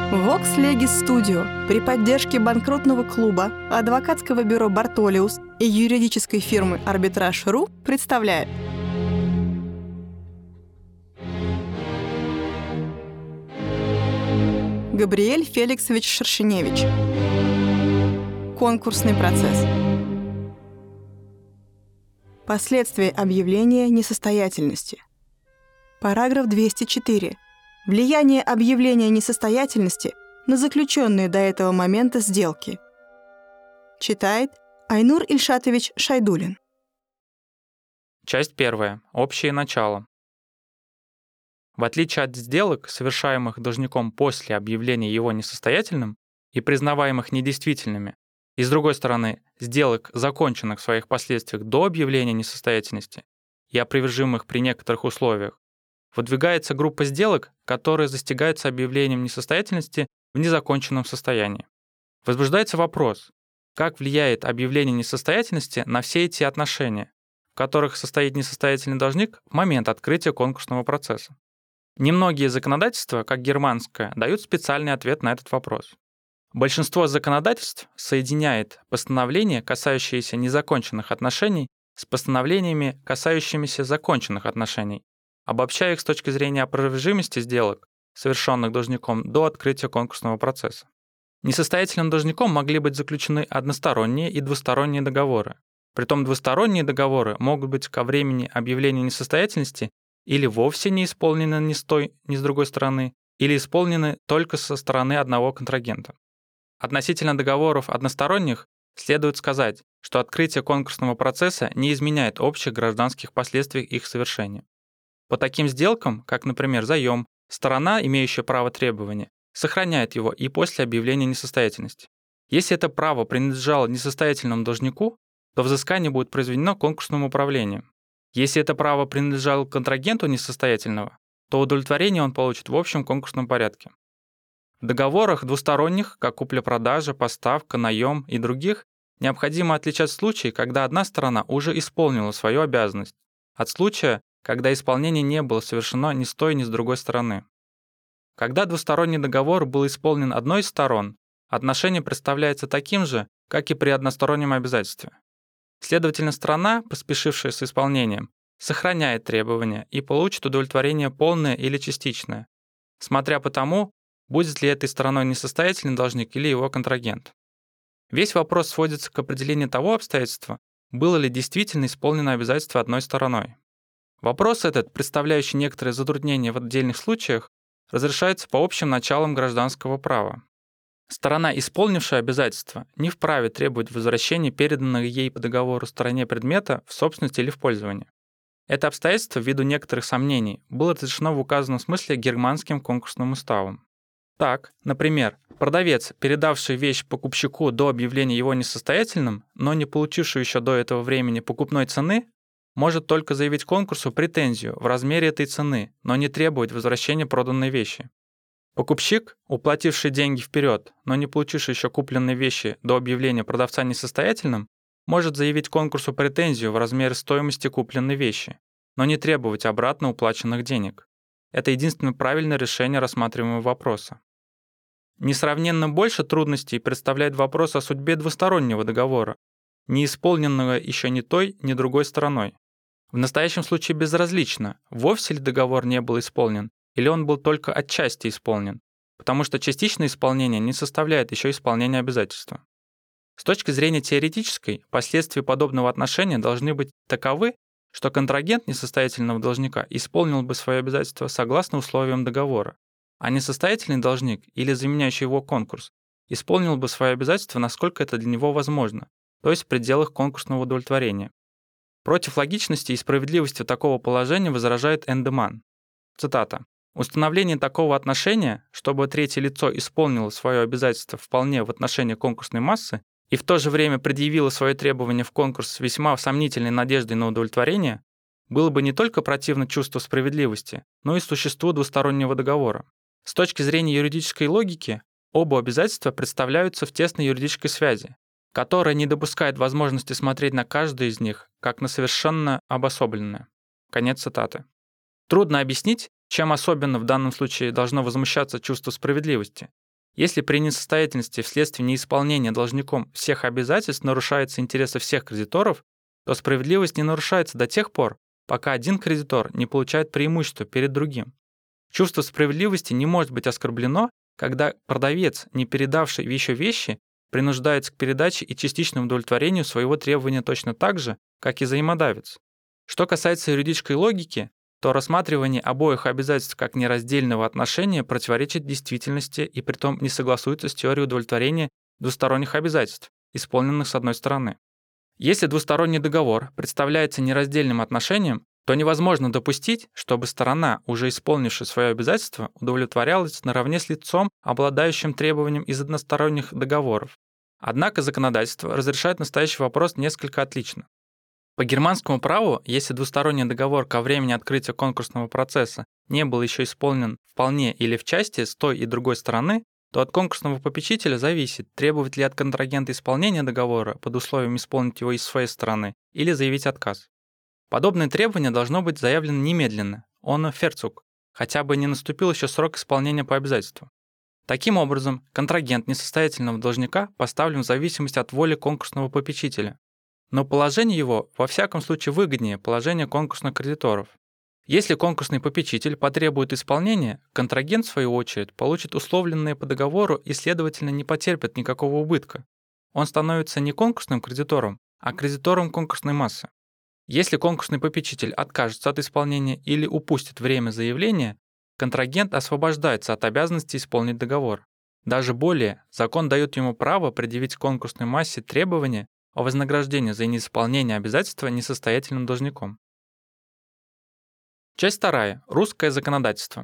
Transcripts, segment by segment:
Vox Legis Studio при поддержке банкротного клуба, адвокатского бюро «Бартолиус» и юридической фирмы «Арбитраж.ру» представляет Габриэль Феликсович Шершеневич. Конкурсный процесс. Последствия объявления несостоятельности. Параграф 204. Влияние объявления несостоятельности на заключенные до этого момента сделки. Читает Айнур Ильшатович Шайдулин. Часть 1. Общее начало. В отличие от сделок, совершаемых должником после объявления его несостоятельным и признаваемых недействительными, и, с другой стороны, сделок, законченных в своих последствиях до объявления несостоятельности и опровержимых при некоторых условиях, выдвигается группа сделок, которые застигаются объявлением несостоятельности в незаконченном состоянии. Возбуждается вопрос, как влияет объявление несостоятельности на все эти отношения, в которых состоит несостоятельный должник в момент открытия конкурсного процесса. Немногие законодательства, как германское, дают специальный ответ на этот вопрос. Большинство законодательств соединяет постановления, касающиеся незаконченных отношений, с постановлениями, касающимися законченных отношений, обобщая их с точки зрения опровержимости сделок, совершенных должником до открытия конкурсного процесса. Несостоятельным должником могли быть заключены односторонние и двусторонние договоры. Притом двусторонние договоры могут быть ко времени объявления несостоятельности или вовсе не исполнены ни с той, ни с другой стороны, или исполнены только со стороны одного контрагента. Относительно договоров односторонних следует сказать, что открытие конкурсного процесса не изменяет общих гражданских последствий их совершения. По таким сделкам, как, например, заем, сторона, имеющая право требования, сохраняет его и после объявления несостоятельности. Если это право принадлежало несостоятельному должнику, то взыскание будет произведено конкурсным управлением. Если это право принадлежало контрагенту несостоятельного, то удовлетворение он получит в общем конкурсном порядке. В договорах двусторонних, как купля-продажа, поставка, наем и других, необходимо отличать случаи, когда одна сторона уже исполнила свою обязанность, от случая, когда исполнение не было совершено ни с той, ни с другой стороны. Когда двусторонний договор был исполнен одной из сторон, отношение представляется таким же, как и при одностороннем обязательстве. Следовательно, сторона, поспешившая с исполнением, сохраняет требования и получит удовлетворение полное или частичное, смотря по тому, будет ли этой стороной несостоятельный должник или его контрагент. Весь вопрос сводится к определению того обстоятельства, было ли действительно исполнено обязательство одной стороной. Вопрос этот, представляющий некоторые затруднения в отдельных случаях, разрешается по общим началам гражданского права. Сторона, исполнившая обязательство, не вправе требовать возвращения переданного ей по договору стороне предмета в собственность или в пользование. Это обстоятельство, ввиду некоторых сомнений, было разрешено в указанном смысле германским конкурсным уставом. Так, например, продавец, передавший вещь покупщику до объявления его несостоятельным, но не получивший еще до этого времени покупной цены, может только заявить конкурсу претензию в размере этой цены, но не требовать возвращения проданной вещи. Покупщик, уплативший деньги вперед, но не получивший еще купленные вещи до объявления продавца несостоятельным, может заявить конкурсу претензию в размере стоимости купленной вещи, но не требовать обратно уплаченных денег. Это единственное правильное решение рассматриваемого вопроса. Несравненно больше трудностей представляет вопрос о судьбе двустороннего договора, не исполненного еще ни той, ни другой стороной. В настоящем случае безразлично, вовсе ли договор не был исполнен, или он был только отчасти исполнен, потому что частичное исполнение не составляет еще исполнения обязательства. С точки зрения теоретической, последствия подобного отношения должны быть таковы, что контрагент несостоятельного должника исполнил бы свои обязательства согласно условиям договора, а несостоятельный должник или заменяющий его конкурс исполнил бы свои обязательства, насколько это для него возможно, то есть в пределах конкурсного удовлетворения. Против логичности и справедливости такого положения возражает Эндеман. Цитата. «Установление такого отношения, чтобы третье лицо исполнило свое обязательство вполне в отношении конкурсной массы и в то же время предъявило свое требование в конкурс с весьма сомнительной надеждой на удовлетворение, было бы не только противно чувству справедливости, но и существу двустороннего договора. С точки зрения юридической логики, оба обязательства представляются в тесной юридической связи, которая не допускает возможности смотреть на каждое из них как на совершенно обособленное». Конец цитаты. Трудно объяснить, чем особенно в данном случае должно возмущаться чувство справедливости. Если при несостоятельности вследствие неисполнения должником всех обязательств нарушаются интересы всех кредиторов, то справедливость не нарушается до тех пор, пока один кредитор не получает преимущество перед другим. Чувство справедливости не может быть оскорблено, когда продавец, не передавший еще вещи, принуждается к передаче и частичному удовлетворению своего требования точно так же, как и взаимодавец. Что касается юридической логики, то рассматривание обоих обязательств как нераздельного отношения противоречит действительности и притом не согласуется с теорией удовлетворения двусторонних обязательств, исполненных с одной стороны. Если двусторонний договор представляется нераздельным отношением, то невозможно допустить, чтобы сторона, уже исполнившая свое обязательство, удовлетворялась наравне с лицом, обладающим требованием из односторонних договоров. Однако законодательство разрешает настоящий вопрос несколько отлично. По германскому праву, если двусторонний договор ко времени открытия конкурсного процесса не был еще исполнен вполне или в части с той и другой стороны, то от конкурсного попечителя зависит, требовать ли от контрагента исполнения договора под условием исполнить его из своей стороны или заявить отказ. Подобное требование должно быть заявлено немедленно, он ферцуг, хотя бы не наступил еще срок исполнения по обязательству. Таким образом, контрагент несостоятельного должника поставлен в зависимость от воли конкурсного попечителя. Но положение его во всяком случае выгоднее положения конкурсных кредиторов. Если конкурсный попечитель потребует исполнения, контрагент, в свою очередь, получит условленное по договору и, следовательно, не потерпит никакого убытка. Он становится не конкурсным кредитором, а кредитором конкурсной массы. Если конкурсный попечитель откажется от исполнения или упустит время заявления, контрагент освобождается от обязанности исполнить договор. Даже более, закон дает ему право предъявить конкурсной массе требования о вознаграждении за неисполнение обязательства несостоятельным должником. Часть 2. Русское законодательство.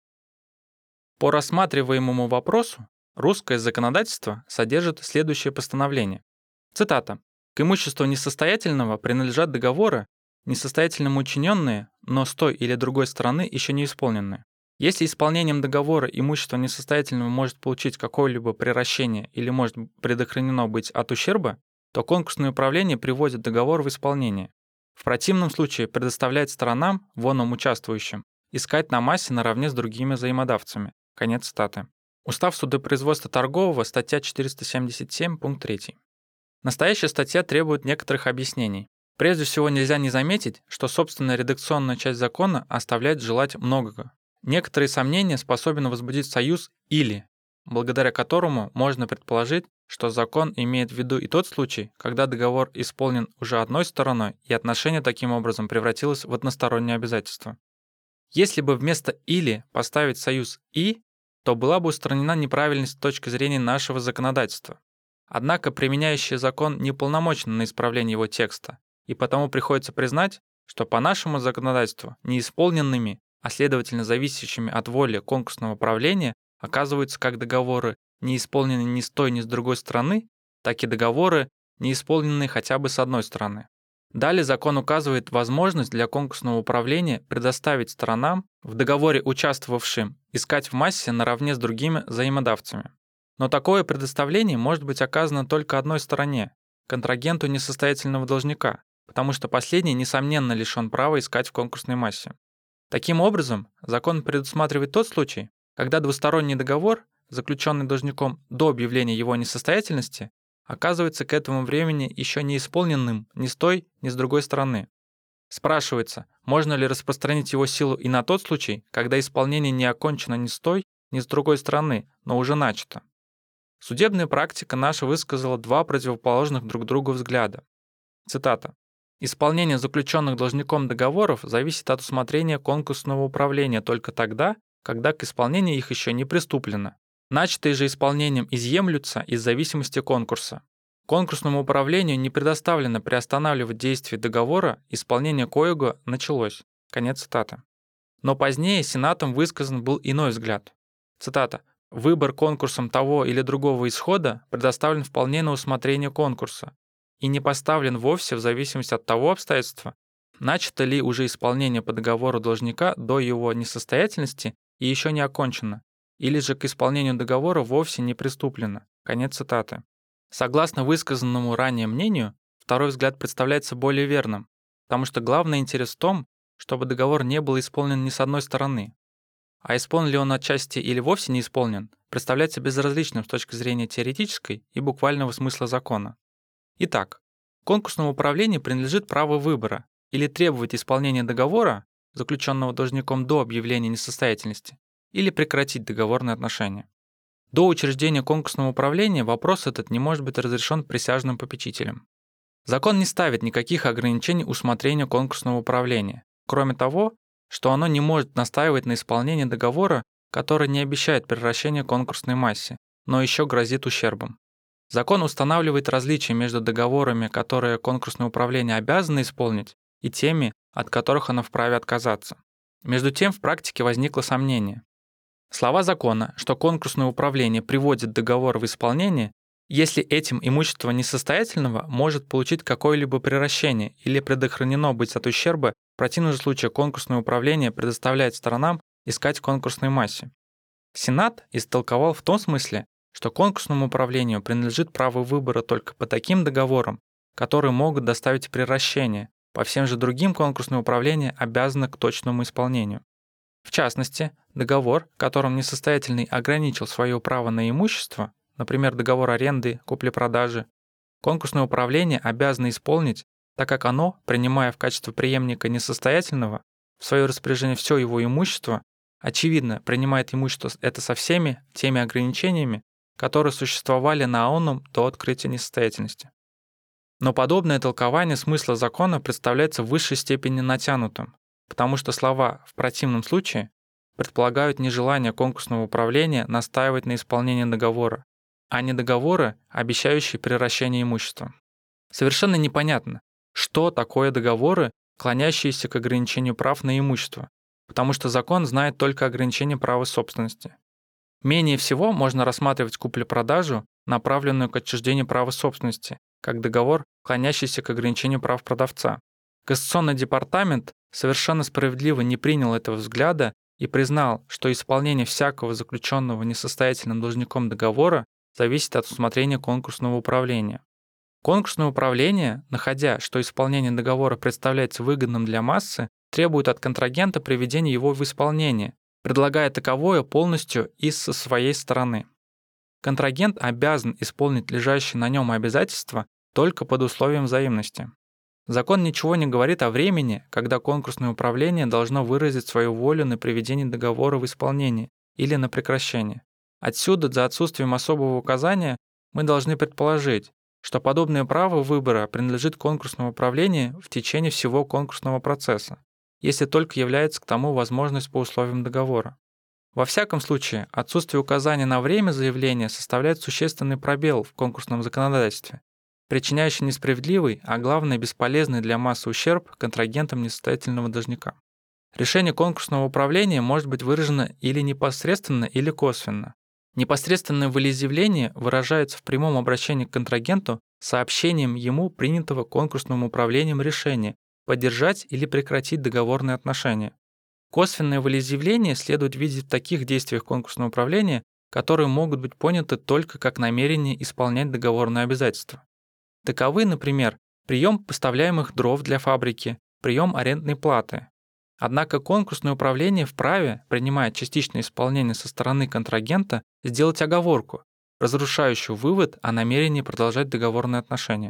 По рассматриваемому вопросу русское законодательство содержит следующее постановление. Цитата. «К имуществу несостоятельного принадлежат договоры, несостоятельным учиненные, но с той или другой стороны еще не исполненные. Если исполнением договора имущество несостоятельного может получить какое-либо приращение или может предохранено быть от ущерба, то конкурсное управление приводит договор в исполнение. В противном случае предоставляет сторонам, воном участвующим, искать на массе наравне с другими взаимодавцами». Конец цитаты. Устав судопроизводства торгового, статья 477, пункт 3. Настоящая статья требует некоторых объяснений. Прежде всего, нельзя не заметить, что собственная редакционная часть закона оставляет желать многого. Некоторые сомнения способен возбудить союз «или», благодаря которому можно предположить, что закон имеет в виду и тот случай, когда договор исполнен уже одной стороной, и отношение таким образом превратилось в одностороннее обязательство. Если бы вместо «или» поставить союз «и», то была бы устранена неправильность с точки зрения нашего законодательства. Однако применяющий закон не уполномочен на исправление его текста, и потому приходится признать, что по нашему законодательству неисполненными, а следовательно зависящими от воли конкурсного правления, оказываются как договоры, не исполненные ни с той, ни с другой стороны, так и договоры, не исполненные хотя бы с одной стороны. Далее закон указывает возможность для конкурсного управления предоставить сторонам, в договоре участвовавшим, искать в массе наравне с другими взаимодавцами. Но такое предоставление может быть оказано только одной стороне, контрагенту несостоятельного должника, потому что последний, несомненно, лишен права искать в конкурсной массе. Таким образом, закон предусматривает тот случай, когда двусторонний договор, заключенный должником до объявления его несостоятельности, оказывается к этому времени еще не исполненным ни с той, ни с другой стороны. Спрашивается, можно ли распространить его силу и на тот случай, когда исполнение не окончено ни с той, ни с другой стороны, но уже начато. Судебная практика наша высказала два противоположных друг другу взгляда. Цитата. «Исполнение заключенных должником договоров зависит от усмотрения конкурсного управления только тогда, когда к исполнению их еще не приступлено. Начатые же исполнением изъемлются из зависимости конкурса. Конкурсному управлению не предоставлено приостанавливать действие договора, исполнение коего началось». Конец цитаты. Но позднее Сенатом высказан был иной взгляд. Цитата. «Выбор конкурсом того или другого исхода предоставлен вполне на усмотрение конкурса и не поставлен вовсе в зависимости от того обстоятельства, начато ли уже исполнение по договору должника до его несостоятельности и еще не окончено, или же к исполнению договора вовсе не приступлено». Конец цитаты. Согласно высказанному ранее мнению, второй взгляд представляется более верным, потому что главный интерес в том, чтобы договор не был исполнен ни с одной стороны. а исполнен ли он отчасти или вовсе не исполнен, представляется безразличным с точки зрения теоретической и буквального смысла закона. Итак, конкурсному управлению принадлежит право выбора или требовать исполнения договора, заключенного должником до объявления несостоятельности, или прекратить договорные отношения. До учреждения конкурсного управления вопрос этот не может быть разрешен присяжным попечителем. Закон не ставит никаких ограничений усмотрению конкурсного управления, кроме того, что оно не может настаивать на исполнении договора, который не обещает превращения конкурсной массе, но еще грозит ущербом. Закон устанавливает различия между договорами, которые конкурсное управление обязано исполнить, и теми, от которых оно вправе отказаться. Между тем, в практике возникло сомнение. Слова закона, что конкурсное управление приводит договор в исполнение, если этим имущество несостоятельного может получить какое-либо приращение или предохранено быть от ущерба, в противном же случае конкурсное управление предоставляет сторонам искать в конкурсной массе. Сенат истолковал в том смысле, что конкурсному управлению принадлежит право выбора только по таким договорам, которые могут доставить приращение, по всем же другим конкурсное управление обязано к точному исполнению. В частности, договор, которым несостоятельный ограничил свое право на имущество, например, договор аренды, купли-продажи, конкурсное управление обязано исполнить, так как оно, принимая в качестве преемника несостоятельного в свое распоряжение все его имущество, очевидно, принимает имущество это со всеми теми ограничениями, которые существовали на оном до открытия несостоятельности. Но подобное толкование смысла закона представляется в высшей степени натянутым, потому что слова «в противном случае» предполагают нежелание конкурсного управления настаивать на исполнении договора, а не договоры, обещающие приращение имущества. Совершенно непонятно, что такое договоры, клонящиеся к ограничению прав на имущество, потому что закон знает только ограничение права собственности. Менее всего можно рассматривать куплю-продажу, направленную к отчуждению права собственности, как договор, клонящийся к ограничению прав продавца. Кассационный департамент совершенно справедливо не принял этого взгляда и признал, что исполнение всякого заключенного несостоятельным должником договора зависит от усмотрения конкурсного управления. Конкурсное управление, находя, что исполнение договора представляется выгодным для массы, требует от контрагента приведения его в исполнение, предлагая таковое полностью и со своей стороны. Контрагент обязан исполнить лежащие на нем обязательства только под условием взаимности. Закон ничего не говорит о времени, когда конкурсное управление должно выразить свою волю на приведение договора в исполнение или на прекращение. Отсюда, за отсутствием особого указания, мы должны предположить, что подобное право выбора принадлежит конкурсному управлению в течение всего конкурсного процесса, если только является к тому возможность по условиям договора. Во всяком случае, отсутствие указания на время заявления составляет существенный пробел в конкурсном законодательстве, причиняющий несправедливый, а главное бесполезный для массы ущерб контрагентам несостоятельного должника. Решение конкурсного управления может быть выражено или непосредственно, или косвенно. Непосредственное волеизъявление выражается в прямом обращении к контрагенту сообщением ему принятого конкурсным управлением решения поддержать или прекратить договорные отношения. Косвенное волеизъявление следует видеть в таких действиях конкурсного управления, которые могут быть поняты только как намерение исполнять договорные обязательства. Таковы, например, прием поставляемых дров для фабрики, прием арендной платы. Однако конкурсное управление вправе, принимая частичное исполнение со стороны контрагента, сделать оговорку, разрушающую вывод о намерении продолжать договорные отношения.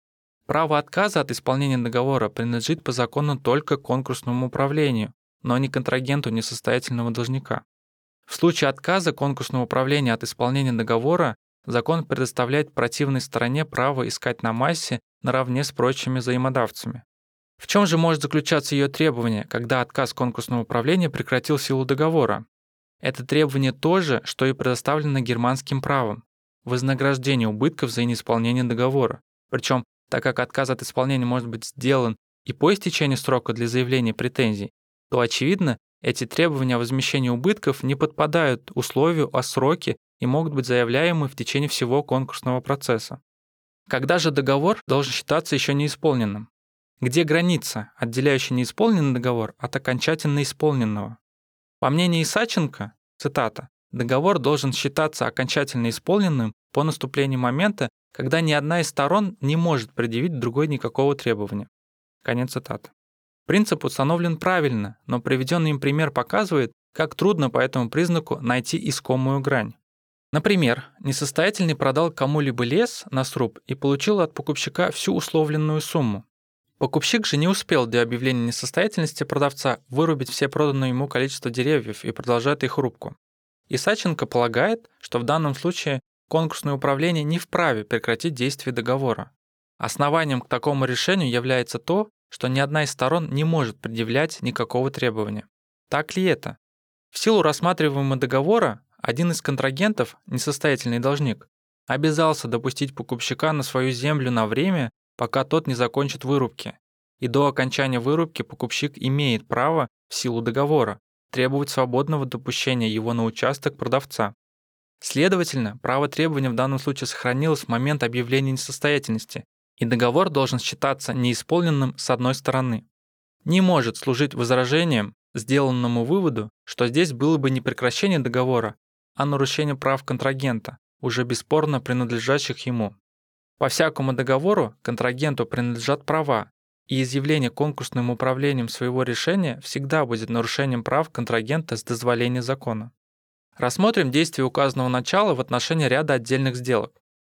Право отказа от исполнения договора принадлежит по закону только конкурсному управлению, но не контрагенту несостоятельного должника. В случае отказа конкурсного управления от исполнения договора закон предоставляет противной стороне право искать на массе наравне с прочими взаимодавцами. В чем же может заключаться ее требование, когда отказ конкурсного управления прекратил силу договора? Это требование то же, что и предоставлено германским правом – вознаграждение убытков за неисполнение договора. Причем, так как отказ от исполнения может быть сделан и по истечении срока для заявления претензий, то, очевидно, эти требования о возмещении убытков не подпадают условию о сроке и могут быть заявляемы в течение всего конкурсного процесса. Когда же договор должен считаться еще неисполненным? Где граница, отделяющая неисполненный договор от окончательно исполненного? По мнению Исаченко, цитата, «договор должен считаться окончательно исполненным по наступлению момента, когда ни одна из сторон не может предъявить другой никакого требования». Конец цитаты. Принцип установлен правильно, но приведенный им пример показывает, Как трудно по этому признаку найти искомую грань. Например, несостоятельный продал кому-либо лес на сруб и получил от покупщика всю условленную сумму. Покупщик же не успел до объявления несостоятельности продавца вырубить все проданное ему количество деревьев и продолжает их рубку. Исаченко полагает, что в данном случае конкурсное управление не вправе прекратить действие договора. Основанием к такому решению является то, что ни одна из сторон не может предъявлять никакого требования. Так ли это? В силу рассматриваемого договора один из контрагентов, несостоятельный должник, обязался допустить покупщика на свою землю на время, пока тот не закончит вырубки. И до окончания вырубки покупщик имеет право, в силу договора, требовать свободного допущения его на участок продавца. Следовательно, право требования в данном случае сохранилось в момент объявления несостоятельности, и договор должен считаться неисполненным с одной стороны. Не может служить возражением сделанному выводу, что здесь было бы не прекращение договора, а нарушение прав контрагента, уже бесспорно принадлежащих ему. По всякому договору контрагенту принадлежат права, и изъявление конкурсным управлением своего решения всегда будет нарушением прав контрагента с дозволения закона. Рассмотрим действие указанного начала в отношении ряда отдельных сделок.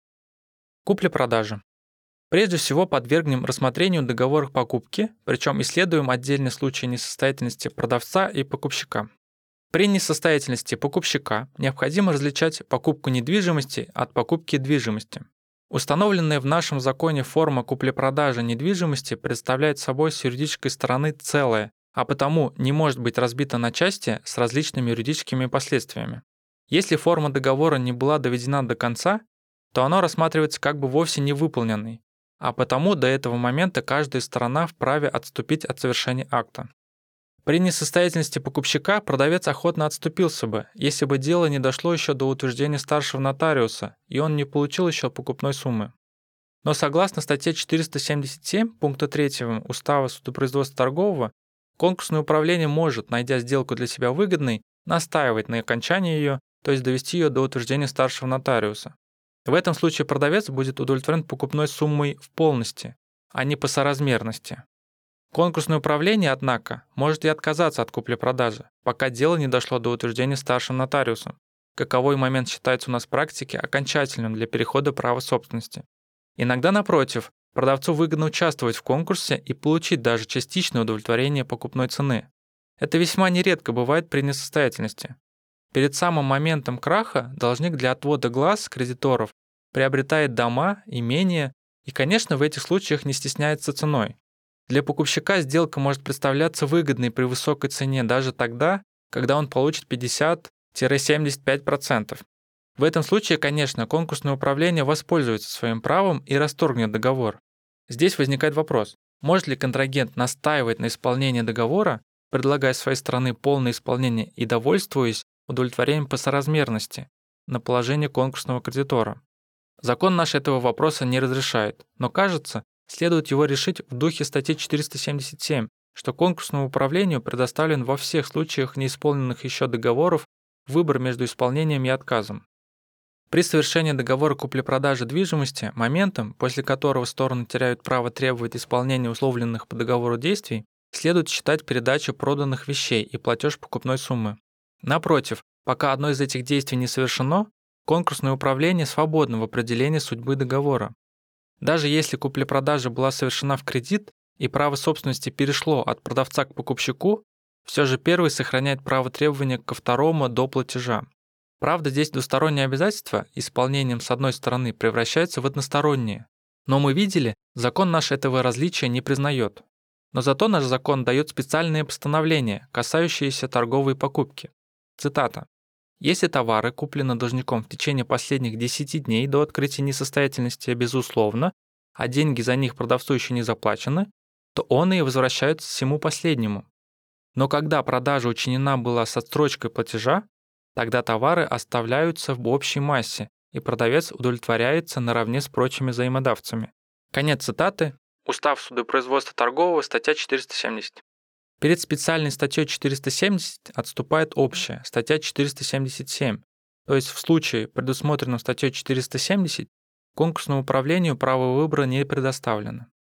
Купля-продажа. Прежде всего подвергнем рассмотрению договора покупки, причем исследуем отдельные случаи несостоятельности продавца и покупщика. При несостоятельности покупщика необходимо различать покупку недвижимости от покупки движимости. Установленная в нашем законе форма купли-продажи недвижимости представляет собой с юридической стороны целое, а потому не может быть разбита на части с различными юридическими последствиями. Если форма договора не была доведена до конца, то оно рассматривается как бы вовсе не выполненной, а потому до этого момента каждая сторона вправе отступить от совершения акта. При несостоятельности покупщика продавец охотно отступился бы, если бы дело не дошло еще до утверждения старшего нотариуса, и он не получил еще покупной суммы. Но согласно статье 477 пункта 3 Устава судопроизводства торгового, конкурсное управление может, найдя сделку для себя выгодной, настаивать на окончании ее, то есть довести ее до утверждения старшего нотариуса. В этом случае продавец будет удовлетворен покупной суммой в полности, а не по соразмерности. Конкурсное управление, однако, может и отказаться от купли-продажи, пока дело не дошло до утверждения старшим нотариусом. Каковой момент считается у нас в практике окончательным для перехода права собственности. Иногда, напротив, продавцу выгодно участвовать в конкурсе и получить даже частичное удовлетворение покупной цены. Это весьма нередко бывает при несостоятельности. Перед самым моментом краха должник для отвода глаз кредиторов приобретает дома, имения и, конечно, в этих случаях не стесняется ценой. Для покупщика сделка может представляться выгодной при высокой цене даже тогда, когда он получит 50-75%. В этом случае, конечно, конкурсное управление воспользуется своим правом и расторгнет договор. Здесь возникает вопрос, может ли контрагент настаивать на исполнении договора, предлагая с своей стороны полное исполнение и довольствуясь удовлетворением по соразмерности на положение конкурсного кредитора. Закон наш этого вопроса не разрешает, но, кажется, следует его решить в духе статьи 477, что конкурсному управлению предоставлен во всех случаях неисполненных еще договоров выбор между исполнением и отказом. При совершении договора купли-продажи движимости моментом, после которого стороны теряют право требовать исполнения условленных по договору действий, следует считать передачу проданных вещей и платеж покупной суммы. Напротив, пока одно из этих действий не совершено, конкурсное управление свободно в определении судьбы договора. Даже если купля-продажа была совершена в кредит и право собственности перешло от продавца к покупщику, все же первый сохраняет право требования ко второму до платежа. Правда, здесь двусторонние обязательства исполнением с одной стороны превращаются в односторонние. Но мы видели, закон наш этого различия не признает. Но зато наш закон дает специальные постановления, касающиеся торговой покупки. Цитата. Если товары куплены должником в течение последних 10 дней до открытия несостоятельности безусловно, а деньги за них продавцу еще не заплачены, то он и возвращаются всему последнему. Но когда продажа учинена была с отсрочкой платежа, тогда товары оставляются в общей массе, и продавец удовлетворяется наравне с прочими взаимодавцами. Конец цитаты. Устав судопроизводства торгового, статья 470. Перед специальной статьей 470 отступает общая, статья 477. То есть в случае, предусмотренном статьей 470, конкурсному управлению право выбора не предоставлено.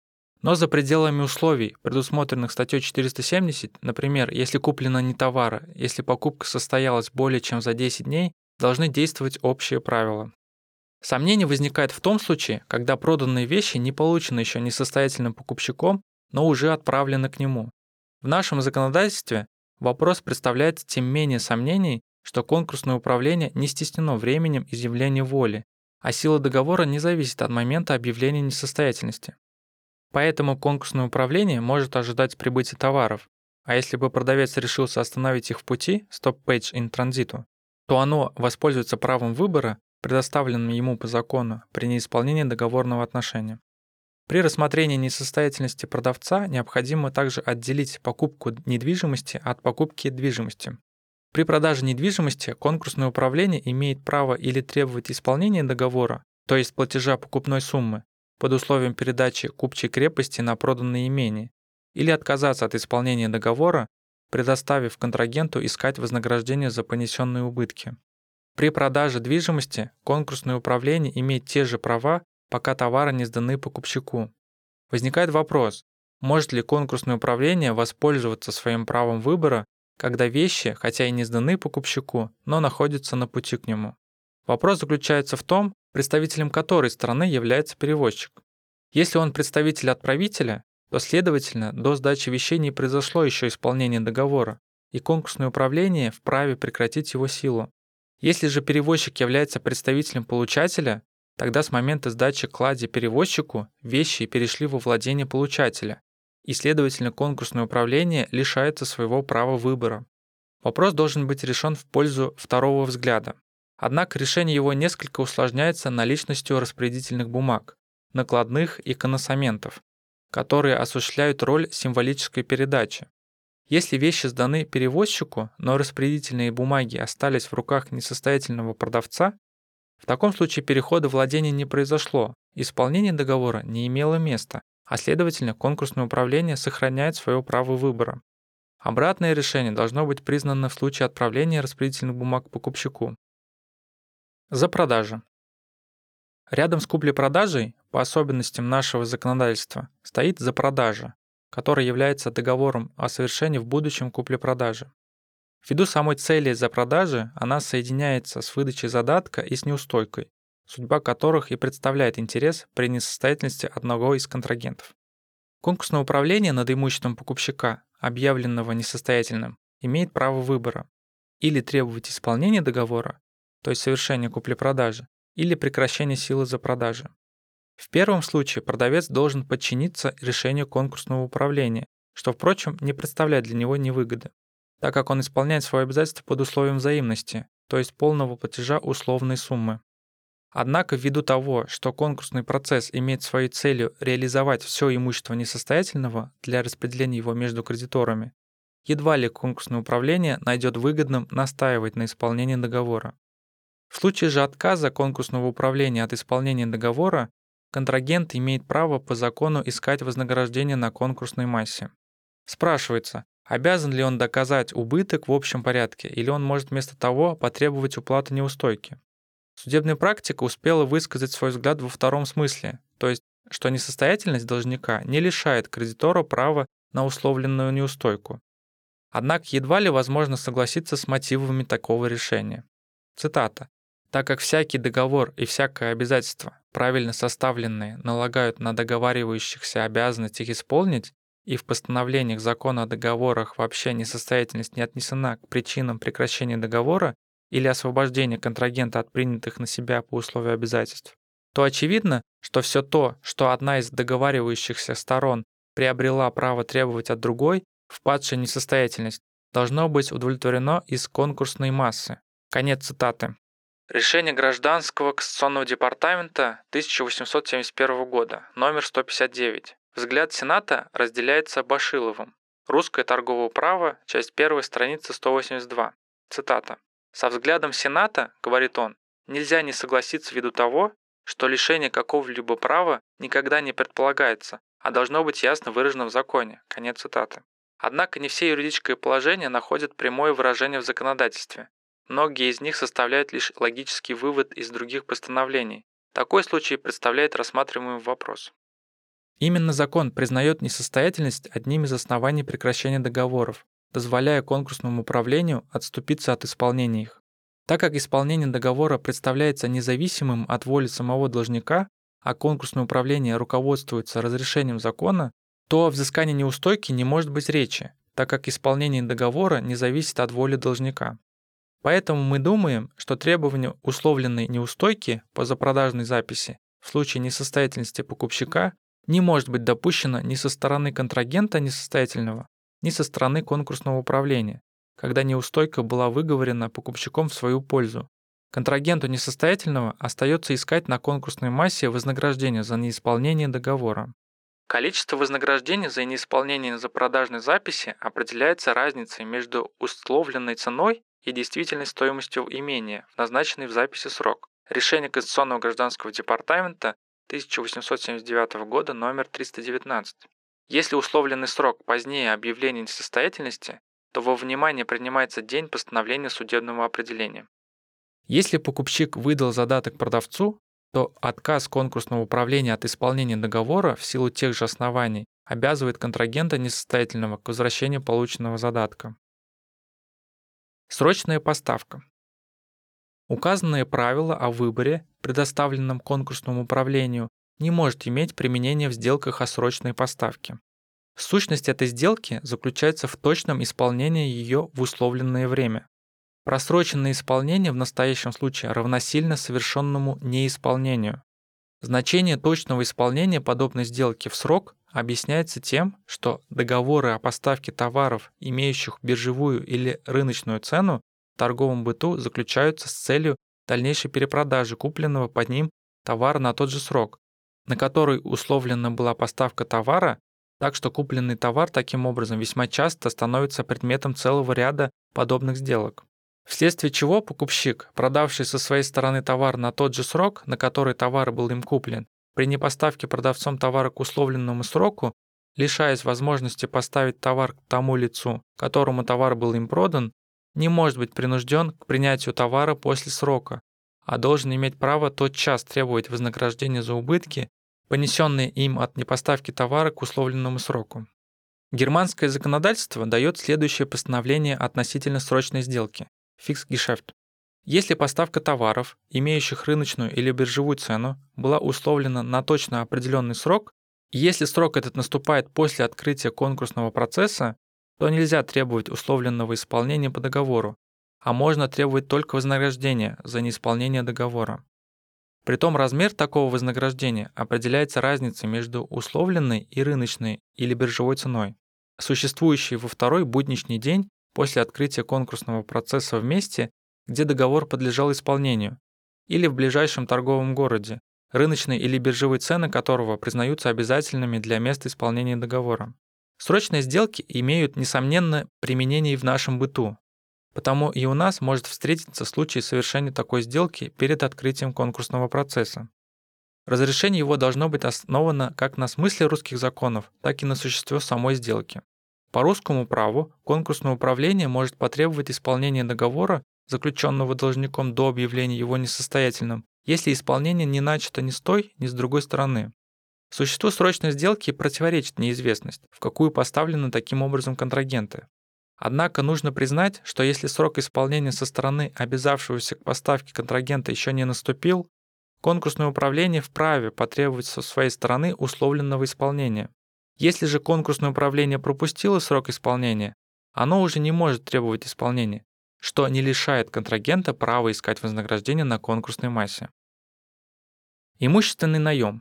Но за пределами условий, предусмотренных статьей 470, например, если куплено не товар, если покупка состоялась более чем за 10 дней, должны действовать общие правила. Сомнение возникает в том случае, когда проданные вещи не получены еще несостоятельным покупщиком, но уже отправлены к нему. В нашем законодательстве вопрос представляет тем менее сомнений, что конкурсное управление не стеснено временем изъявления воли, а сила договора не зависит от момента объявления несостоятельности. Поэтому конкурсное управление может ожидать прибытия товаров, а если бы продавец решился остановить их в пути, stop page in transit, то оно воспользуется правом выбора, предоставленным ему по закону при неисполнении договорного отношения. При рассмотрении несостоятельности продавца необходимо также отделить покупку недвижимости от покупки движимости. При продаже недвижимости конкурсное управление имеет право или требовать исполнения договора, то есть платежа покупной суммы, под условием передачи купчей крепости на проданное имение, или отказаться от исполнения договора, предоставив контрагенту искать вознаграждение за понесенные убытки. При продаже движимости конкурсное управление имеет те же права, пока товары не сданы покупщику. Возникает вопрос, может ли конкурсное управление воспользоваться своим правом выбора, когда вещи, хотя и не сданы покупщику, но находятся на пути к нему. Вопрос заключается в том, представителем которой страны является перевозчик. Если он представитель отправителя, то, следовательно, до сдачи вещей не произошло еще исполнение договора, и конкурсное управление вправе прекратить его силу. Если же перевозчик является представителем получателя, тогда с момента сдачи клади перевозчику вещи перешли во владение получателя, и, следовательно, конкурсное управление лишается своего права выбора. Вопрос должен быть решен в пользу второго взгляда. Однако решение его несколько усложняется наличностью распорядительных бумаг, накладных и конносаментов, которые осуществляют роль символической передачи. Если вещи сданы перевозчику, но распорядительные бумаги остались в руках несостоятельного продавца, в таком случае перехода владения не произошло, исполнение договора не имело места, а следовательно, конкурсное управление сохраняет свое право выбора. Обратное решение должно быть признано в случае отправления распорядительных бумаг покупщику. За продажу. Рядом с куплей-продажей, по особенностям нашего законодательства, стоит запродажа, которая является договором о совершении в будущем купли-продажи. Ввиду самой цели запродажи она соединяется с выдачей задатка и с неустойкой, судьба которых и представляет интерес при несостоятельности одного из контрагентов. Конкурсное управление над имуществом покупщика, объявленного несостоятельным, имеет право выбора: или требовать исполнения договора, то есть совершения купли-продажи, или прекращения силы запродажи. В первом случае продавец должен подчиниться решению конкурсного управления, что, впрочем, не представляет для него невыгоды, так как он исполняет свои обязательства под условием взаимности, то есть полного платежа условной суммы. Однако ввиду того, что конкурсный процесс имеет своей целью реализовать все имущество несостоятельного для распределения его между кредиторами, едва ли конкурсное управление найдет выгодным настаивать на исполнении договора. В случае же отказа конкурсного управления от исполнения договора, контрагент имеет право по закону искать вознаграждение на конкурсной массе. Спрашивается, обязан ли он доказать убыток в общем порядке, или он может вместо того потребовать уплаты неустойки. Судебная практика успела высказать свой взгляд во втором смысле, то есть, что несостоятельность должника не лишает кредитора права на условленную неустойку. Однако едва ли возможно согласиться с мотивами такого решения. Цитата. «Так как всякий договор и всякое обязательство, правильно составленные, налагают на договаривающихся обязанность их исполнить, и в постановлениях закона о договорах вообще несостоятельность не отнесена к причинам прекращения договора или освобождения контрагента от принятых на себя по условию обязательств, то очевидно, что все то, что одна из договаривающихся сторон приобрела право требовать от другой, впадшей в несостоятельность, должно быть удовлетворено из конкурсной массы». Конец цитаты. Решение Гражданского кассационного департамента 1871 года, номер 159. Взгляд Сената разделяется Башиловым. Русское торговое право, часть 1, страница 182. Цитата. «Со взглядом Сената, — говорит он, — нельзя не согласиться ввиду того, что лишение какого-либо права никогда не предполагается, а должно быть ясно выражено в законе». Конец цитаты. Однако не все юридические положения находят прямое выражение в законодательстве. Многие из них составляют лишь логический вывод из других постановлений. Такой случай представляет рассматриваемый вопрос. Именно закон признает несостоятельность одним из оснований прекращения договоров, дозволяя конкурсному управлению отступиться от исполнения их. Так как исполнение договора представляется независимым от воли самого должника, а конкурсное управление руководствуется разрешением закона, то о взыскании неустойки не может быть речи, так как исполнение договора не зависит от воли должника. Поэтому мы думаем, что требование условленной неустойки по запродажной записи в случае несостоятельности покупщика не может быть допущено ни со стороны контрагента несостоятельного, ни со стороны конкурсного управления, когда неустойка была выговорена покупщиком в свою пользу. Контрагенту несостоятельного остается искать на конкурсной массе вознаграждение за неисполнение договора. Количество вознаграждения за неисполнение запродажной записи определяется разницей между условленной ценой и действительной стоимостью имения в назначенный в записи срок. Решение Конституционного гражданского департамента 1879 года номер 319. Если условленный срок позднее объявления несостоятельности, то во внимание принимается день постановления судебного определения. Если покупщик выдал задаток продавцу, то отказ конкурсного управления от исполнения договора в силу тех же оснований обязывает контрагента несостоятельного к возвращению полученного задатка. Срочная поставка. Указанное правило о выборе, предоставленном конкурсному управлению, не может иметь применения в сделках о срочной поставке. Сущность этой сделки заключается в точном исполнении ее в условленное время. Просроченное исполнение в настоящем случае равносильно совершенному неисполнению. Значение точного исполнения подобной сделки в срок объясняется тем, что договоры о поставке товаров, имеющих биржевую или рыночную цену, в торговом быту заключаются с целью дальнейшей перепродажи купленного под ним товара на тот же срок, на который условлена была поставка товара, так что купленный товар таким образом весьма часто становится предметом целого ряда подобных сделок. Вследствие чего покупщик, продавший со своей стороны товар на тот же срок, на который товар был им куплен, при непоставке продавцом товара к условленному сроку, лишаясь возможности поставить товар к тому лицу, которому товар был им продан, не может быть принужден к принятию товара после срока, а должен иметь право тотчас требовать вознаграждения за убытки, понесенные им от непоставки товара к условленному сроку. Германское законодательство дает следующее постановление относительно срочной сделки. Фиксгешефт. Если поставка товаров, имеющих рыночную или биржевую цену, была условлена на точно определенный срок, и если срок этот наступает после открытия конкурсного процесса, то нельзя требовать условленного исполнения по договору, а можно требовать только вознаграждения за неисполнение договора. Притом размер такого вознаграждения определяется разницей между условленной и рыночной или биржевой ценой, существующей во второй будничный день после открытия конкурсного процесса в месте, где договор подлежал исполнению, или в ближайшем торговом городе, рыночные или биржевые цены которого признаются обязательными для места исполнения договора. Срочные сделки имеют, несомненно, применение и в нашем быту, потому и у нас может встретиться случай совершения такой сделки перед открытием конкурсного процесса. Разрешение его должно быть основано как на смысле русских законов, так и на существе самой сделки. По русскому праву конкурсное управление может потребовать исполнения договора, заключенного должником до объявления его несостоятельным, если исполнение не начато ни с той, ни с другой стороны. Существу срочной сделки противоречит неизвестность, в какую поставлены таким образом контрагенты. Однако нужно признать, что если срок исполнения со стороны обязавшегося к поставке контрагента еще не наступил, конкурсное управление вправе потребовать со своей стороны условленного исполнения. Если же конкурсное управление пропустило срок исполнения, оно уже не может требовать исполнения, что не лишает контрагента права искать вознаграждение на конкурсной массе. Имущественный наем.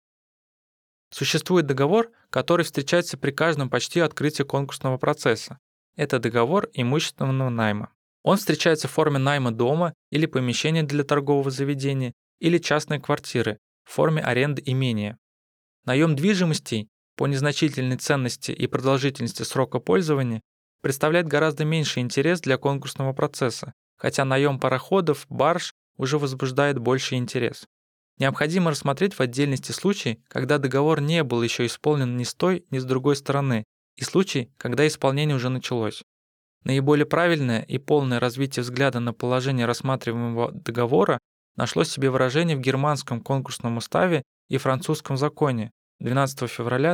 Существует договор, который встречается при каждом почти открытии конкурсного процесса. Это договор имущественного найма. Он встречается в форме найма дома или помещения для торгового заведения или частной квартиры в форме аренды имения. Наем движимостей по незначительной ценности и продолжительности срока пользования представляет гораздо меньший интерес для конкурсного процесса, хотя наем пароходов, барж уже возбуждает больший интерес. Необходимо рассмотреть в отдельности случай, когда договор не был еще исполнен ни с той, ни с другой стороны, и случай, когда исполнение уже началось. Наиболее правильное и полное развитие взгляда на положение рассматриваемого договора нашло себе выражение в германском конкурсном уставе и французском законе, 12 февраля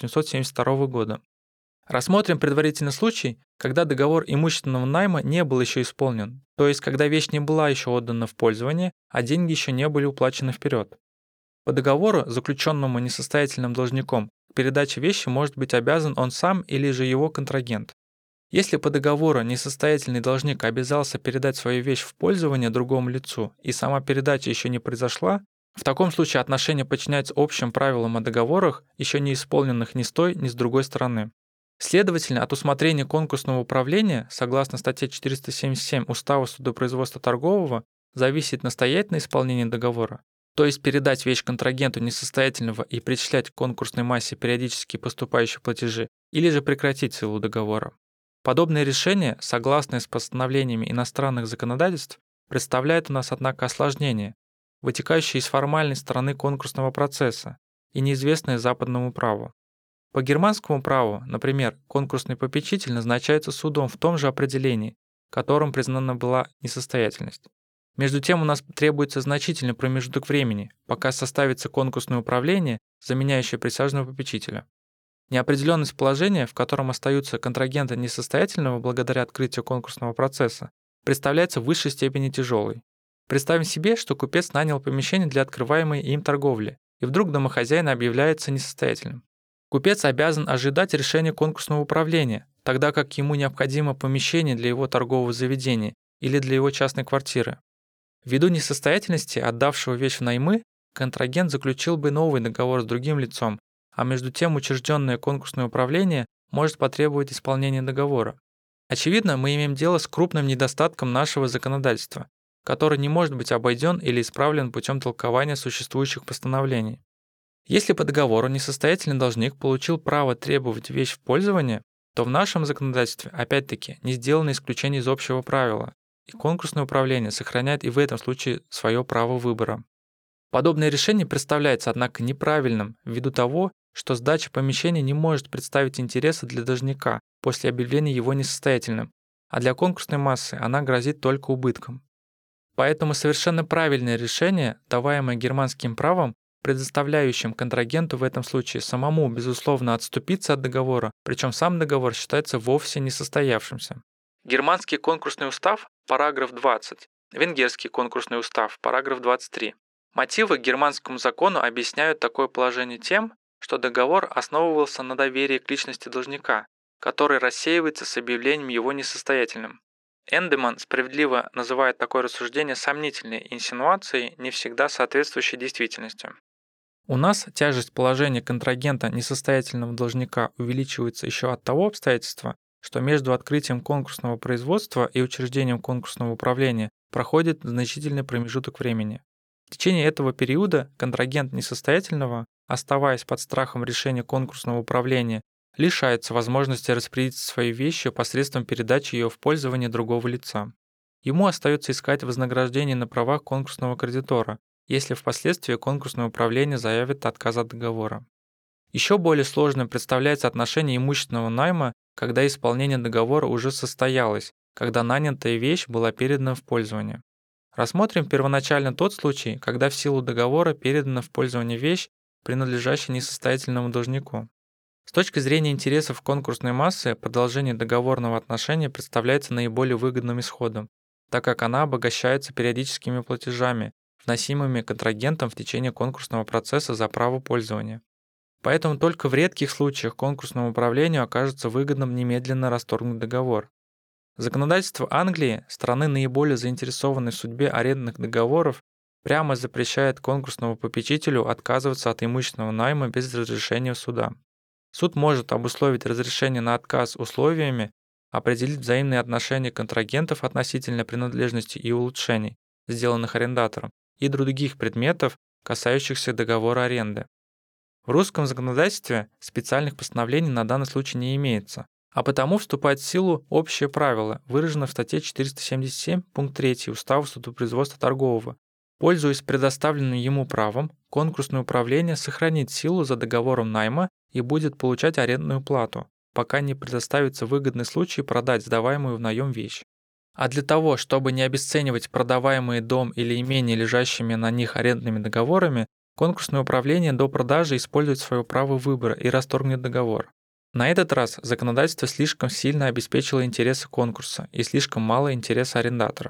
1872 года. Рассмотрим предварительный случай, когда договор имущественного найма не был еще исполнен, то есть когда вещь не была еще отдана в пользование, а деньги еще не были уплачены вперед. По договору, заключенному несостоятельным должником, к передаче вещи может быть обязан он сам или же его контрагент. Если по договору несостоятельный должник обязался передать свою вещь в пользование другому лицу, и сама передача еще не произошла, в таком случае отношения подчиняются общим правилам о договорах, еще не исполненных ни с той, ни с другой стороны. Следовательно, от усмотрения конкурсного управления, согласно статье 477 Устава судопроизводства торгового, зависит настоятельное исполнение договора, то есть передать вещь контрагенту несостоятельного и причислять к конкурсной массе периодически поступающие платежи, или же прекратить силу договора. Подобные решения, согласные с постановлениями иностранных законодательств, представляют у нас, однако, осложнения, вытекающие из формальной стороны конкурсного процесса и неизвестные западному праву. По германскому праву, например, конкурсный попечитель назначается судом в том же определении, которым признана была несостоятельность. Между тем у нас требуется значительный промежуток времени, пока составится конкурсное управление, заменяющее присяжного попечителя. Неопределенность положения, в котором остаются контрагенты несостоятельного благодаря открытию конкурсного процесса, представляется в высшей степени тяжелой. Представим себе, что купец нанял помещение для открываемой им торговли, и вдруг домохозяин объявляется несостоятельным. Купец обязан ожидать решения конкурсного управления, тогда как ему необходимо помещение для его торгового заведения или для его частной квартиры. Ввиду несостоятельности отдавшего вещь в наймы, контрагент заключил бы новый договор с другим лицом, а между тем учрежденное конкурсное управление может потребовать исполнения договора. Очевидно, мы имеем дело с крупным недостатком нашего законодательства, который не может быть обойден или исправлен путем толкования существующих постановлений. Если по договору несостоятельный должник получил право требовать вещь в пользование, то в нашем законодательстве, опять-таки, не сделано исключение из общего правила, и конкурсное управление сохраняет и в этом случае свое право выбора. Подобное решение представляется, однако, неправильным ввиду того, что сдача помещения не может представить интереса для должника после объявления его несостоятельным, а для конкурсной массы она грозит только убытком. Поэтому совершенно правильное решение, даваемое германским правом, предоставляющим контрагенту в этом случае самому, безусловно, отступиться от договора, причем сам договор считается вовсе не состоявшимся. Германский конкурсный устав, параграф 20, венгерский конкурсный устав, параграф 23. Мотивы к германскому закону объясняют такое положение тем, что договор основывался на доверии к личности должника, который рассеивается с объявлением его несостоятельным. Эндеман справедливо называет такое рассуждение сомнительной инсинуацией, не всегда соответствующей действительности. У нас тяжесть положения контрагента несостоятельного должника увеличивается еще от того обстоятельства, что между открытием конкурсного производства и учреждением конкурсного управления проходит значительный промежуток времени. В течение этого периода контрагент несостоятельного, оставаясь под страхом решения конкурсного управления, лишается возможности распорядиться своей вещью посредством передачи ее в пользование другого лица. Ему остается искать вознаграждение на правах конкурсного кредитора, если впоследствии конкурсное управление заявит отказ от договора. Еще более сложным представляется отношение имущественного найма, когда исполнение договора уже состоялось, когда нанятая вещь была передана в пользование. Рассмотрим первоначально тот случай, когда в силу договора передана в пользование вещь, принадлежащая несостоятельному должнику. С точки зрения интересов конкурсной массы, продолжение договорного отношения представляется наиболее выгодным исходом, так как она обогащается периодическими платежами, вносимыми контрагентом в течение конкурсного процесса за право пользования. Поэтому только в редких случаях конкурсному управлению окажется выгодным немедленно расторгнуть договор. Законодательство Англии, страны наиболее заинтересованной в судьбе арендных договоров, прямо запрещает конкурсному попечителю отказываться от имущественного найма без разрешения суда. Суд может обусловить разрешение на отказ условиями, определить взаимные отношения контрагентов относительно принадлежности и улучшений, сделанных арендатором, и других предметов, касающихся договора аренды. В русском законодательстве специальных постановлений на данный случай не имеется, а потому вступает в силу общее правило, выраженное в статье 477 пункт 3 Устава судопроизводства торгового. Пользуясь предоставленным ему правом, конкурсное управление сохранит силу за договором найма и будет получать арендную плату, пока не предоставится выгодный случай продать сдаваемую в наем вещь. А для того, чтобы не обесценивать продаваемый дом или имение лежащими на них арендными договорами, конкурсное управление до продажи использует свое право выбора и расторгнет договор. На этот раз законодательство слишком сильно обеспечило интересы конкурса и слишком мало интереса арендатора.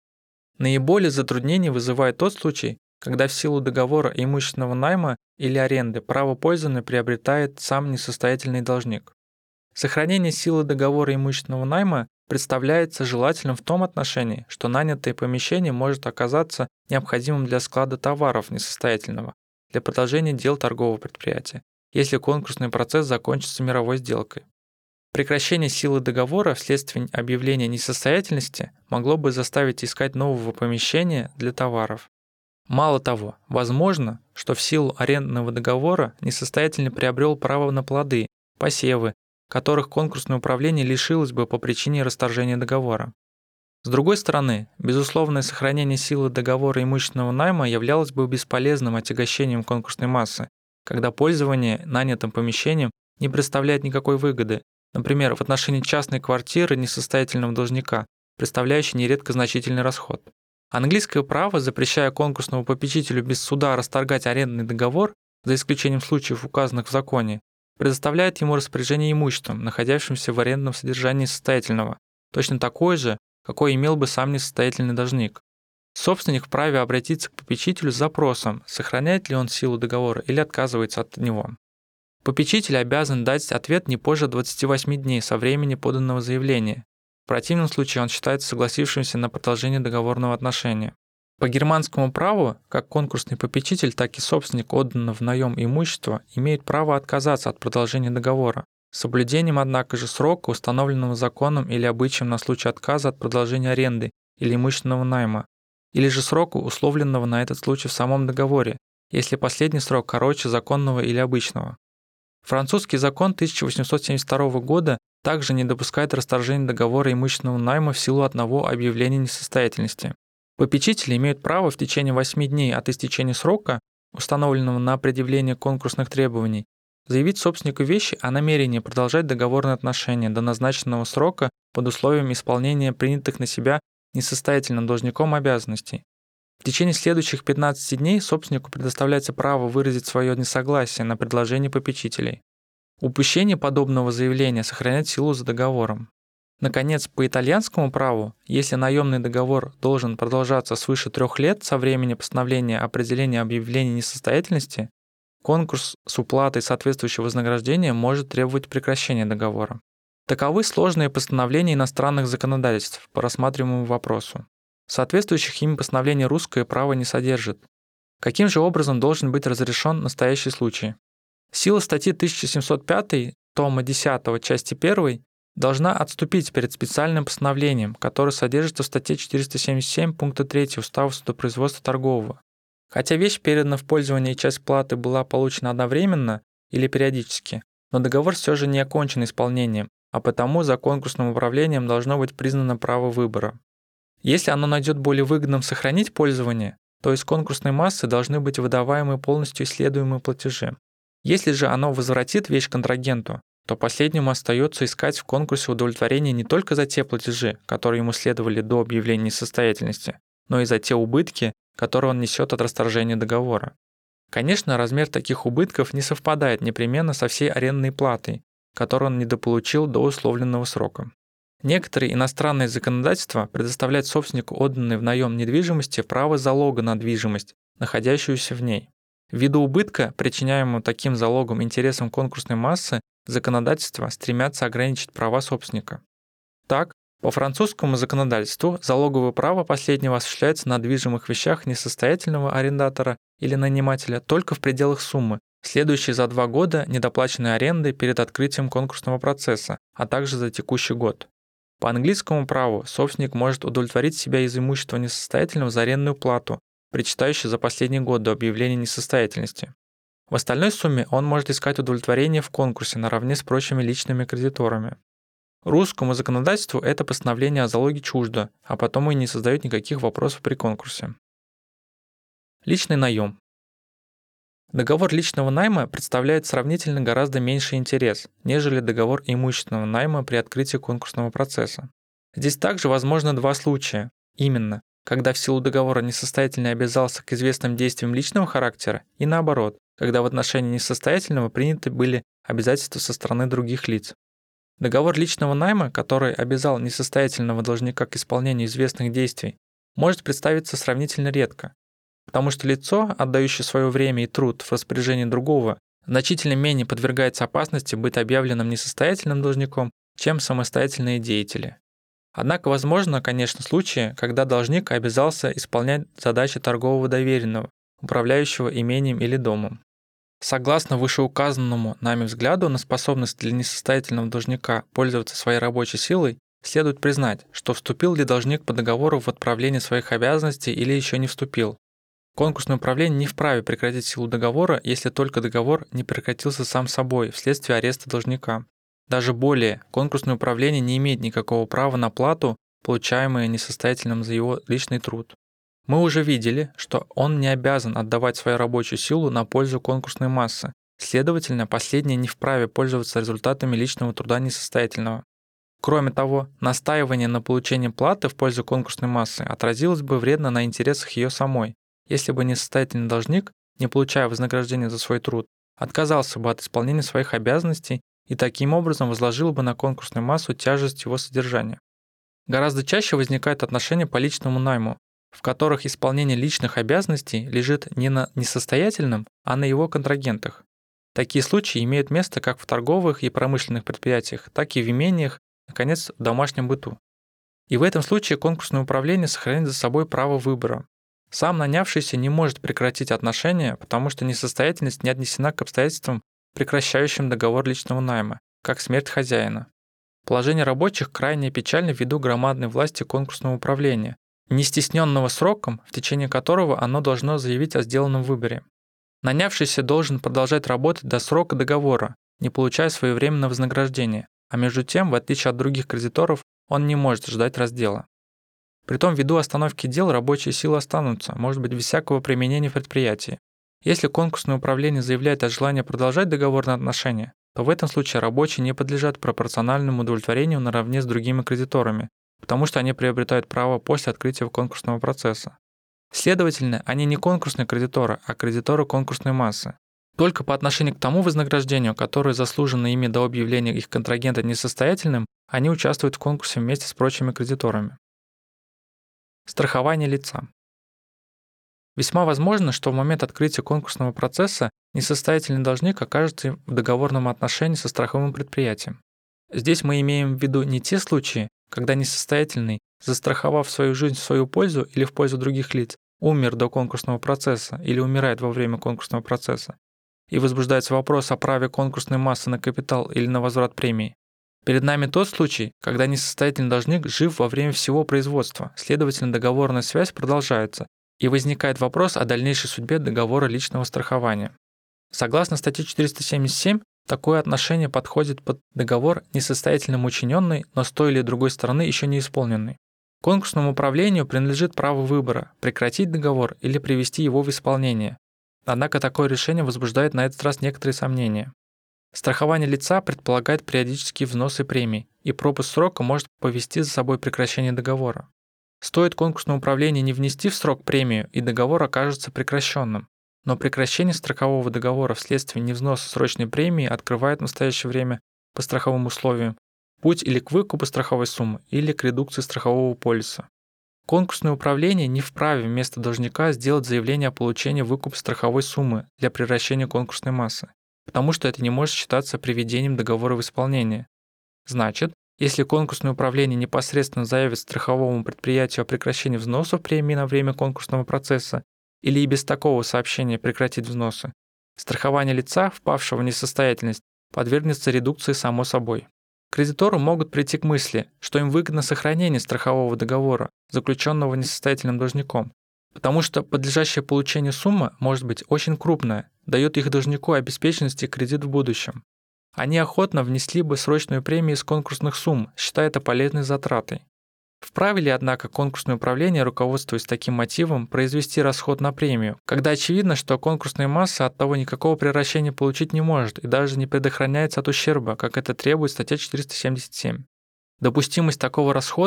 Наиболее затруднений вызывает тот случай, когда в силу договора имущественного найма или аренды право пользования приобретает сам несостоятельный должник. Сохранение силы договора имущественного найма представляется желательным в том отношении, что нанятое помещение может оказаться необходимым для склада товаров несостоятельного, для продолжения дел торгового предприятия, если конкурсный процесс закончится мировой сделкой. Прекращение силы договора вследствие объявления несостоятельности могло бы заставить искать нового помещения для товаров. Мало того, возможно, что в силу арендного договора несостоятельный приобрел право на плоды, посевы, которых конкурсное управление лишилось бы по причине расторжения договора. С другой стороны, безусловное сохранение силы договора имущественного найма являлось бы бесполезным отягощением конкурсной массы, когда пользование нанятым помещением не представляет никакой выгоды, например, в отношении частной квартиры несостоятельного должника, представляющей нередко значительный расход. Английское право, запрещая конкурсному попечителю без суда расторгать арендный договор, за исключением случаев, указанных в законе, предоставляет ему распоряжение имуществом, находящимся в арендном содержании состоятельного, точно такое же, какой имел бы сам несостоятельный должник. Собственник вправе обратиться к попечителю с запросом, сохраняет ли он силу договора или отказывается от него. Попечитель обязан дать ответ не позже 28 дней со времени поданного заявления. В противном случае он считается согласившимся на продолжение договорного отношения. По германскому праву, как конкурсный попечитель, так и собственник отданного в наем имущества имеют право отказаться от продолжения договора, с соблюдением, однако же, срока, установленного законом или обычаем на случай отказа от продолжения аренды или имущественного найма, или же срока, условленного на этот случай в самом договоре, если последний срок короче законного или обычного. Французский закон 1872 года также не допускает расторжения договора имущественного найма в силу одного объявления несостоятельности. Попечители имеют право в течение 8 дней от истечения срока, установленного на предъявление конкурсных требований, заявить собственнику вещи о намерении продолжать договорные отношения до назначенного срока под условием исполнения принятых на себя несостоятельным должником обязанностей. В течение следующих 15 дней собственнику предоставляется право выразить свое несогласие на предложение попечителей. Упущение подобного заявления сохраняет силу за договором. Наконец, по итальянскому праву, если наемный договор должен продолжаться свыше 3 лет со времени постановления определения объявления несостоятельности, конкурс с уплатой соответствующего вознаграждения может требовать прекращения договора. Таковы сложные постановления иностранных законодательств по рассматриваемому вопросу. Соответствующих им постановлений русское право не содержит. Каким же образом должен быть разрешен настоящий случай? Сила статьи 1705, тома 10, части 1, должна отступить перед специальным постановлением, которое содержится в статье 477 пункта 3 Устава судопроизводства торгового. Хотя вещь передана в пользование и часть платы была получена одновременно или периодически, но договор все же не окончен исполнением, а потому за конкурсным управлением должно быть признано право выбора. Если оно найдет более выгодным сохранить пользование, то из конкурсной массы должны быть выдаваемы полностью исследуемые платежи. Если же оно возвратит вещь контрагенту, то последнему остается искать в конкурсе удовлетворение не только за те платежи, которые ему следовали до объявления несостоятельности, но и за те убытки, которые он несет от расторжения договора. Конечно, размер таких убытков не совпадает непременно со всей арендной платой, которую он недополучил до условленного срока. Некоторые иностранные законодательства предоставляют собственнику отданной в наем недвижимости право залога на движимость, находящуюся в ней. Ввиду убытка, причиняемого таким залогом интересам конкурсной массы, законодательства стремятся ограничить права собственника. Так, по французскому законодательству залоговое право последнего осуществляется на движимых вещах несостоятельного арендатора или нанимателя только в пределах суммы, следующей за 2 года недоплаченной аренды перед открытием конкурсного процесса, а также за текущий год. По английскому праву собственник может удовлетворить себя из имущества несостоятельного за арендную плату, причитающую за последний год до объявления несостоятельности. В остальной сумме он может искать удовлетворение в конкурсе наравне с прочими личными кредиторами. Русскому законодательству это постановление о залоге чуждо, а потому и не создает никаких вопросов при конкурсе. Личный наем. Договор личного найма представляет сравнительно гораздо меньший интерес, нежели договор имущественного найма при открытии конкурсного процесса. Здесь также возможно 2 случая. Именно, когда в силу договора несостоятельный обязался к известным действиям личного характера, и наоборот, когда в отношении несостоятельного приняты были обязательства со стороны других лиц. Договор личного найма, который обязал несостоятельного должника к исполнению известных действий, может представиться сравнительно редко, потому что лицо, отдающее свое время и труд в распоряжение другого, значительно менее подвергается опасности быть объявленным несостоятельным должником, чем самостоятельные деятели. Однако возможно, конечно, случаи, когда должник обязался исполнять задачи торгового доверенного, управляющего имением или домом. Согласно вышеуказанному нами взгляду на способность для несостоятельного должника пользоваться своей рабочей силой, следует признать, что вступил ли должник по договору в отправление своих обязанностей или еще не вступил. Конкурсное управление не вправе прекратить силу договора, если только договор не прекратился сам собой вследствие ареста должника. Даже более, конкурсное управление не имеет никакого права на плату, получаемую несостоятельным за его личный труд. Мы уже видели, что он не обязан отдавать свою рабочую силу на пользу конкурсной массы, следовательно, последняя не вправе пользоваться результатами личного труда несостоятельного. Кроме того, настаивание на получении платы в пользу конкурсной массы отразилось бы вредно на интересах ее самой, если бы несостоятельный должник, не получая вознаграждения за свой труд, отказался бы от исполнения своих обязанностей и таким образом возложил бы на конкурсную массу тяжесть его содержания. Гораздо чаще возникают отношения по личному найму, в которых исполнение личных обязанностей лежит не на несостоятельном, а на его контрагентах. Такие случаи имеют место как в торговых и промышленных предприятиях, так и в имениях, наконец, в домашнем быту. И в этом случае конкурсное управление сохраняет за собой право выбора. Сам нанявшийся не может прекратить отношения, потому что несостоятельность не отнесена к обстоятельствам, прекращающим договор личного найма, как смерть хозяина. Положение рабочих крайне печально ввиду громадной власти конкурсного управления, не стесненного сроком, в течение которого оно должно заявить о сделанном выборе. Нанявшийся должен продолжать работать до срока договора, не получая своевременного вознаграждения, а между тем, в отличие от других кредиторов, он не может ждать раздела. Притом, ввиду остановки дел, рабочие силы останутся, может быть, без всякого применения в предприятии. Если конкурсное управление заявляет о желании продолжать договорные отношения, то в этом случае рабочие не подлежат пропорциональному удовлетворению наравне с другими кредиторами, потому что они приобретают право после открытия конкурсного процесса. Следовательно, они не конкурсные кредиторы, а кредиторы конкурсной массы. Только по отношению к тому вознаграждению, которое заслужено ими до объявления их контрагента несостоятельным, они участвуют в конкурсе вместе с прочими кредиторами. Страхование лица. Весьма возможно, что в момент открытия конкурсного процесса несостоятельный должник окажется в договорном отношении со страховым предприятием. Здесь мы имеем в виду не те случаи, когда несостоятельный, застраховав свою жизнь в свою пользу или в пользу других лиц, умер до конкурсного процесса или умирает во время конкурсного процесса, и возбуждается вопрос о праве конкурсной массы на капитал или на возврат премии. Перед нами тот случай, когда несостоятельный должник жив во время всего производства, следовательно, договорная связь продолжается, и возникает вопрос о дальнейшей судьбе договора личного страхования. Согласно статье 477, такое отношение подходит под договор несостоятельным учиненный, но с той или другой стороны еще не исполненный. Конкурсному управлению принадлежит право выбора – прекратить договор или привести его в исполнение. Однако такое решение возбуждает на этот раз некоторые сомнения. Страхование лица предполагает периодические взносы премий, и пропуск срока может повести за собой прекращение договора. Стоит конкурсному управлению не внести в срок премию, и договор окажется прекращенным. Но прекращение страхового договора вследствие невзноса срочной премии открывает в настоящее время по страховым условиям путь или к выкупу страховой суммы, или к редукции страхового полиса. Конкурсное управление не вправе вместо должника сделать заявление о получении выкупа страховой суммы для превращения конкурсной массы, потому что это не может считаться приведением договора в исполнение. Значит, если конкурсное управление непосредственно заявит страховому предприятию о прекращении взносов премии на время конкурсного процесса или и без такого сообщения прекратить взносы, страхование лица, впавшего в несостоятельность, подвергнется редукции само собой. Кредиторы могут прийти к мысли, что им выгодно сохранение страхового договора, заключенного несостоятельным должником, потому что подлежащая получению сумма может быть очень крупная, дает их должнику обеспеченность и кредит в будущем. Они охотно внесли бы срочную премию из конкурсных сумм, считая это полезной затратой. Вправе ли, однако, конкурсное управление, руководствуясь таким мотивом, произвести расход на премию, когда очевидно, что конкурсная масса от того никакого превращения получить не может и даже не предохраняется от ущерба, как это требует статья 477. Допустимость такого расхода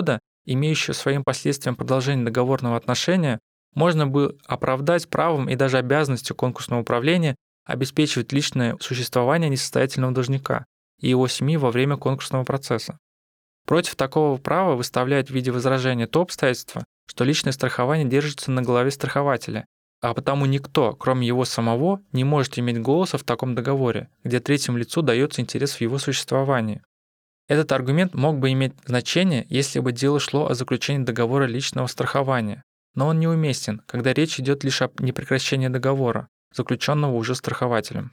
имеющую своим последствием продолжение договорного отношения, можно было оправдать правом и даже обязанностью конкурсного управления обеспечивать личное существование несостоятельного должника и его семьи во время конкурсного процесса. Против такого права выставляют в виде возражения то обстоятельство, что личное страхование держится на голове страхователя, а потому никто, кроме его самого, не может иметь голоса в таком договоре, где третьему лицу дается интерес в его существовании. Этот аргумент мог бы иметь значение, если бы дело шло о заключении договора личного страхования, но он неуместен, когда речь идет лишь о непрекращении договора, заключенного уже страхователем.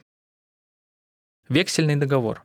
Вексельный договор.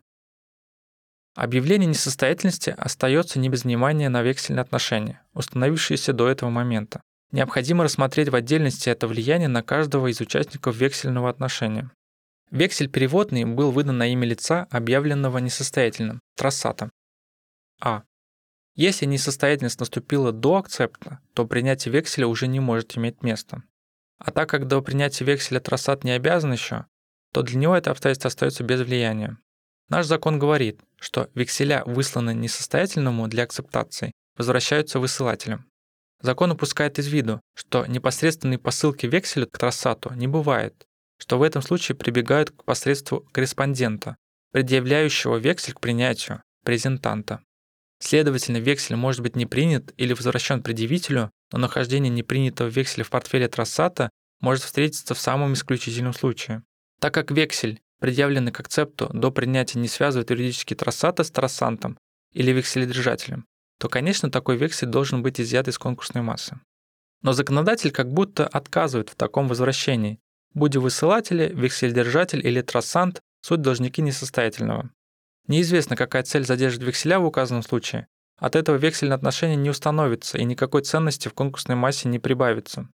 Объявление несостоятельности остается не без внимания на вексельные отношения, установившиеся до этого момента. Необходимо рассмотреть в отдельности это влияние на каждого из участников вексельного отношения. Вексель переводный был выдан на имя лица, объявленного несостоятельным, трассата. А. Если несостоятельность наступила до акцепта, то принятие векселя уже не может иметь места. А так как до принятия векселя трассат не обязан еще, то для него это обстоятельство остается без влияния. Наш закон говорит, что векселя, высланные несостоятельному для акцептации, возвращаются высылателям. Закон упускает из виду, что непосредственной посылки векселя к трассату не бывает, что в этом случае прибегают к посредству корреспондента, предъявляющего вексель к принятию, презентанта. Следовательно, вексель может быть не принят или возвращен предъявителю, но нахождение непринятого векселя в портфеле трассата может встретиться в самом исключительном случае. Так как вексель, предъявленный к акцепту, до принятия не связывает юридически трассата с трассантом или векселедержателем, то, конечно, такой вексель должен быть изъят из конкурсной массы. Но законодатель как будто отказывает в таком возвращении, будь высылатели, вексельдержатель или трассант, суть должники несостоятельного. Неизвестно, какая цель задержит векселя в указанном случае. От этого вексельное отношение не установится и никакой ценности в конкурсной массе не прибавится.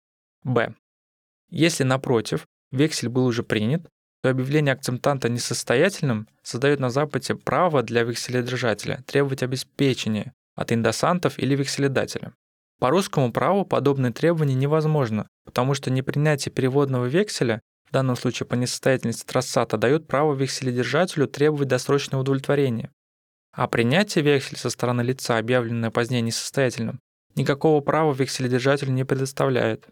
Б. Если, напротив, вексель был уже принят, то объявление акцептанта несостоятельным создает на Западе право для векселедержателя требовать обеспечения от индосантов или векселедателя. По русскому праву подобное требование невозможно, потому что непринятие переводного векселя, в данном случае по несостоятельности трассата, дает право векселедержателю требовать досрочного удовлетворения. А принятие векселя со стороны лица, объявленное позднее несостоятельным, никакого права векселедержателю не предоставляет.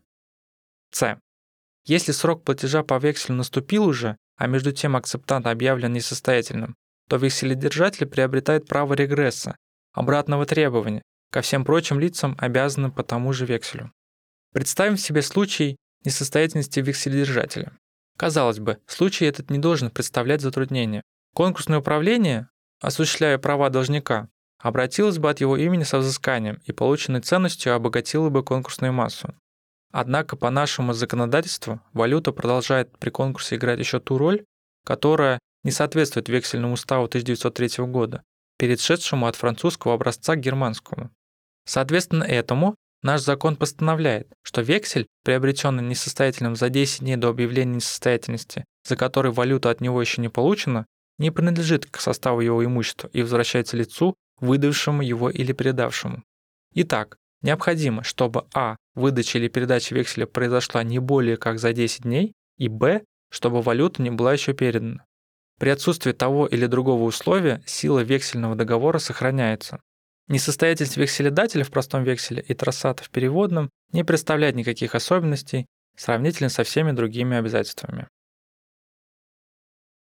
С. Если срок платежа по векселю наступил уже, а между тем акцептант объявлен несостоятельным, то векселедержатель приобретает право регресса, обратного требования, ко всем прочим лицам, обязанным по тому же векселю. Представим себе случай несостоятельности векселедержателя. Казалось бы, случай этот не должен представлять затруднения. Конкурсное управление, осуществляя права должника, обратилось бы от его имени со взысканием и полученной ценностью обогатило бы конкурсную массу. Однако по нашему законодательству валюта продолжает при конкурсе играть еще ту роль, которая не соответствует вексельному уставу 1903 года, перешедшему от французского образца к германскому. Соответственно этому наш закон постановляет, что вексель, приобретенный несостоятельным за 10 дней до объявления несостоятельности, за который валюта от него еще не получена, не принадлежит к составу его имущества и возвращается лицу, выдавшему его или передавшему. Итак, необходимо, чтобы а. выдача или передача векселя произошла не более как за 10 дней, и б. чтобы валюта не была еще передана. При отсутствии того или другого условия сила вексельного договора сохраняется. Несостоятельность векселедателя в простом векселе и трассата в переводном не представляет никаких особенностей, сравнительно со всеми другими обязательствами.